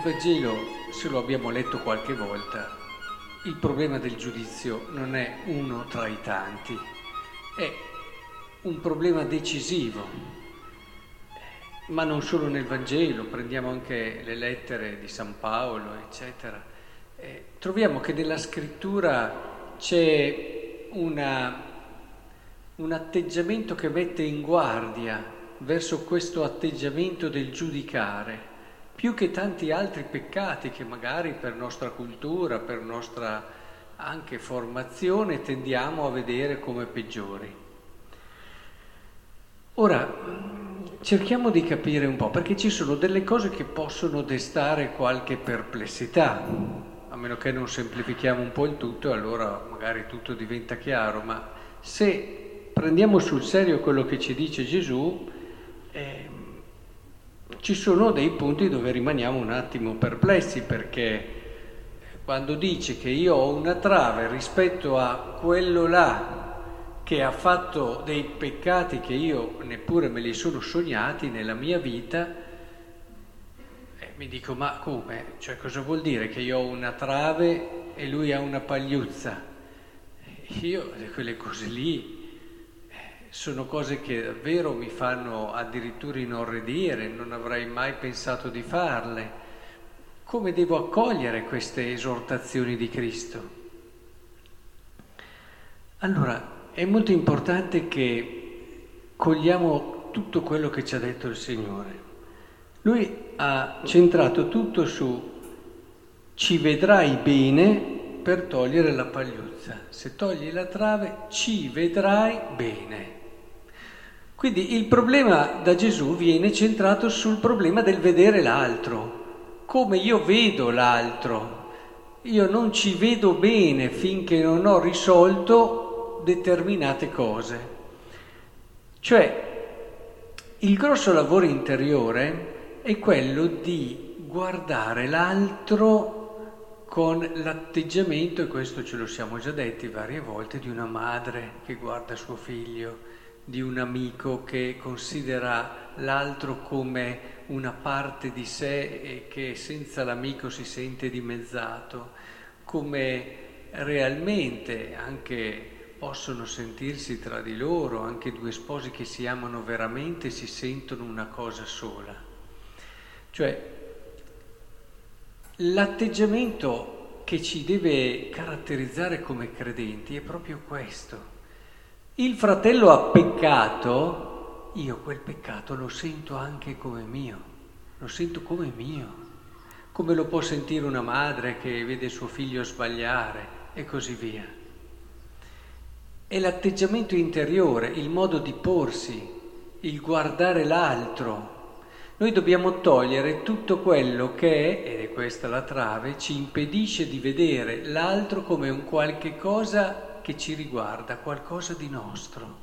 Vangelo, se lo abbiamo letto qualche volta, il problema del giudizio non è uno tra i tanti, è un problema decisivo, ma non solo nel Vangelo, prendiamo anche le lettere di San Paolo, eccetera. Troviamo che nella scrittura c'è un atteggiamento che mette in guardia verso questo atteggiamento del giudicare, più che tanti altri peccati che magari per nostra cultura, per nostra anche formazione tendiamo a vedere come peggiori. Ora, cerchiamo di capire un po', perché ci sono delle cose che possono destare qualche perplessità, a meno che non semplifichiamo un po' il tutto, allora magari tutto diventa chiaro, ma se prendiamo sul serio quello che ci dice Gesù, ci sono dei punti dove rimaniamo un attimo perplessi, perché quando dice che io ho una trave rispetto a quello là che ha fatto dei peccati che io neppure me li sono sognati nella mia vita, mi dico, ma come? Cioè, cosa vuol dire che io ho una trave e lui ha una pagliuzza? Io quelle cose lì sono cose che davvero mi fanno addirittura inorridire, non avrei mai pensato di farle. Come devo accogliere queste esortazioni di Cristo? Allora, è molto importante che cogliamo tutto quello che ci ha detto il Signore. Lui ha centrato tutto su ci vedrai bene per togliere la pagliuzza. Se togli la trave, ci vedrai bene. Quindi il problema da Gesù viene centrato sul problema del vedere l'altro, come io vedo l'altro. Io non ci vedo bene finché non ho risolto determinate cose. Cioè, il grosso lavoro interiore è quello di guardare l'altro con l'atteggiamento, e questo ce lo siamo già detti varie volte, di una madre che guarda suo figlio, di un amico che considera l'altro come una parte di sé e che senza l'amico si sente dimezzato, come realmente anche possono sentirsi tra di loro, anche due sposi che si amano veramente si sentono una cosa sola. Cioè, l'atteggiamento che ci deve caratterizzare come credenti è proprio questo. Il fratello ha peccato, io quel peccato lo sento anche come mio, lo sento come mio, come lo può sentire una madre che vede suo figlio sbagliare e così via. È l'atteggiamento interiore, il modo di porsi, il guardare l'altro. Noi dobbiamo togliere tutto quello che, ed è questa la trave, ci impedisce di vedere l'altro come un qualche cosa che ci riguarda, qualcosa di nostro.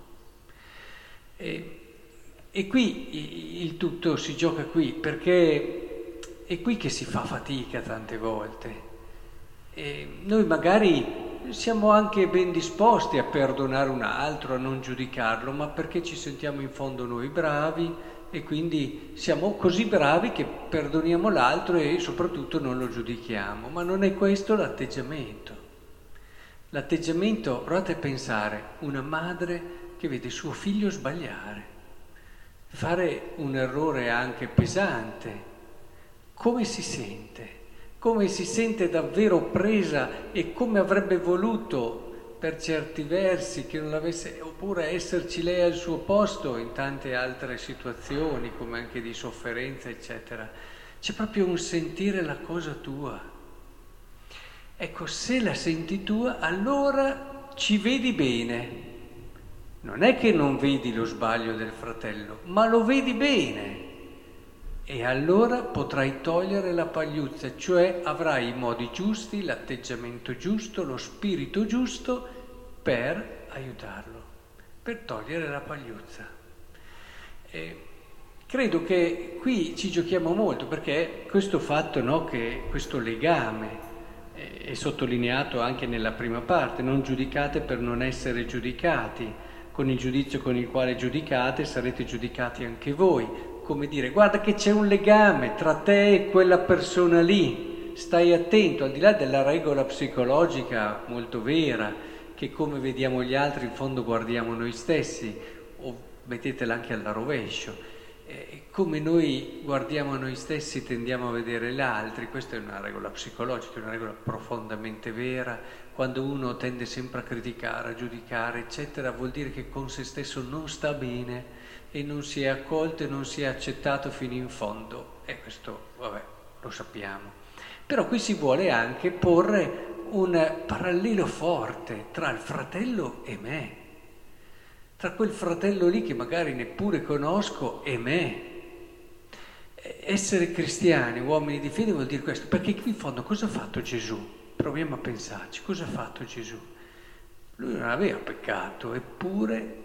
E qui il tutto si gioca qui, perché è qui che si fa fatica tante volte. Noi magari siamo anche ben disposti a perdonare un altro, a non giudicarlo, ma perché ci sentiamo in fondo noi bravi e quindi siamo così bravi che perdoniamo l'altro e soprattutto non lo giudichiamo. Ma non è questo l'atteggiamento. L'atteggiamento, provate a pensare, una madre che vede suo figlio sbagliare, fare un errore anche pesante, come si sente? Come si sente davvero presa e come avrebbe voluto per certi versi che non avesse, oppure esserci lei al suo posto in tante altre situazioni, come anche di sofferenza, eccetera. C'è proprio un sentire la cosa tua. Ecco, se la senti tua, allora ci vedi bene. Non è che non vedi lo sbaglio del fratello, ma lo vedi bene. E allora potrai togliere la pagliuzza, cioè avrai i modi giusti, l'atteggiamento giusto, lo spirito giusto per aiutarlo, per togliere la pagliuzza. Credo che qui ci giochiamo molto, perché questo fatto, no, che questo legame è sottolineato anche nella prima parte, non giudicate per non essere giudicati, con il giudizio con il quale giudicate sarete giudicati anche voi. come dire, guarda che c'è un legame tra te e quella persona lì, stai attento, al di là della regola psicologica molto vera, che come vediamo gli altri in fondo guardiamo noi stessi, o mettetela anche alla rovescio. Come noi guardiamo noi stessi tendiamo a vedere gli altri, questa è una regola psicologica, una regola profondamente vera. Quando uno tende sempre a criticare, a giudicare, eccetera, vuol dire che con se stesso non sta bene e non si è accolto e non si è accettato fino in fondo. E questo, vabbè, lo sappiamo. Però qui si vuole anche porre un parallelo forte tra il fratello e me, tra quel fratello lì che magari neppure conosco e me. Essere cristiani, uomini di fede, vuol dire questo, perché qui in fondo cosa ha fatto Gesù? Proviamo a pensarci, cosa ha fatto Gesù? Lui non aveva peccato, eppure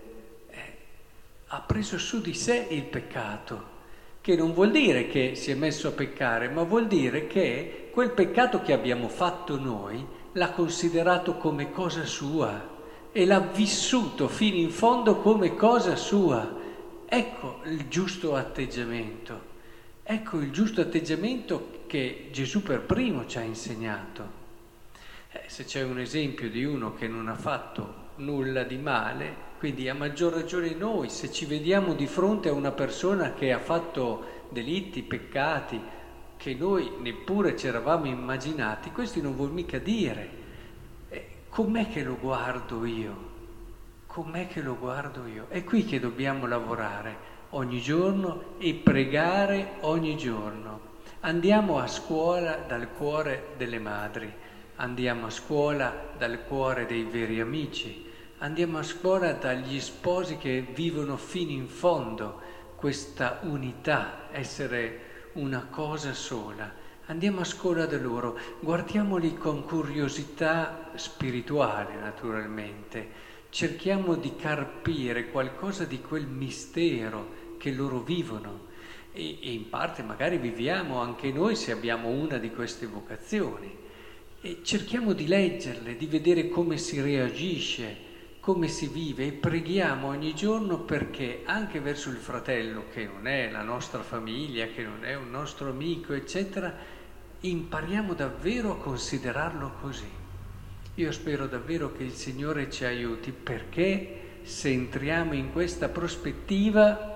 ha preso su di sé il peccato, che non vuol dire che si è messo a peccare, ma vuol dire che quel peccato che abbiamo fatto noi l'ha considerato come cosa sua e l'ha vissuto fino in fondo come cosa sua. Ecco il giusto atteggiamento. Ecco il giusto atteggiamento che Gesù per primo ci ha insegnato. Se c'è un esempio di uno che non ha fatto nulla di male, quindi a maggior ragione noi, se ci vediamo di fronte a una persona che ha fatto delitti, peccati, che noi neppure ci eravamo immaginati, questo non vuol mica dire com'è che lo guardo io? Com'è che lo guardo io? È qui che dobbiamo lavorare ogni giorno e pregare ogni giorno. Andiamo a scuola dal cuore delle madri, andiamo a scuola dal cuore dei veri amici, andiamo a scuola dagli sposi che vivono fino in fondo questa unità, essere una cosa sola. Andiamo a scuola da loro, guardiamoli con curiosità spirituale naturalmente, cerchiamo di carpire qualcosa di quel mistero che loro vivono e in parte magari viviamo anche noi se abbiamo una di queste vocazioni e cerchiamo di leggerle, di vedere come si reagisce, come si vive e preghiamo ogni giorno perché anche verso il fratello che non è la nostra famiglia, che non è un nostro amico, eccetera, impariamo davvero a considerarlo così. Io spero davvero che il Signore ci aiuti perché se entriamo in questa prospettiva,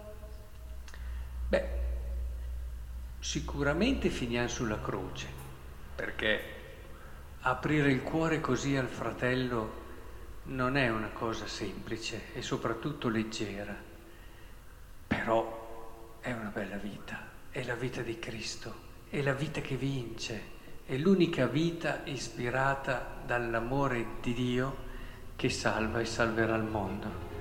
sicuramente finiamo sulla croce, perché aprire il cuore così al fratello non è una cosa semplice e soprattutto leggera, però è una bella vita, è la vita di Cristo, è la vita che vince, è l'unica vita ispirata dall'amore di Dio che salva e salverà il mondo.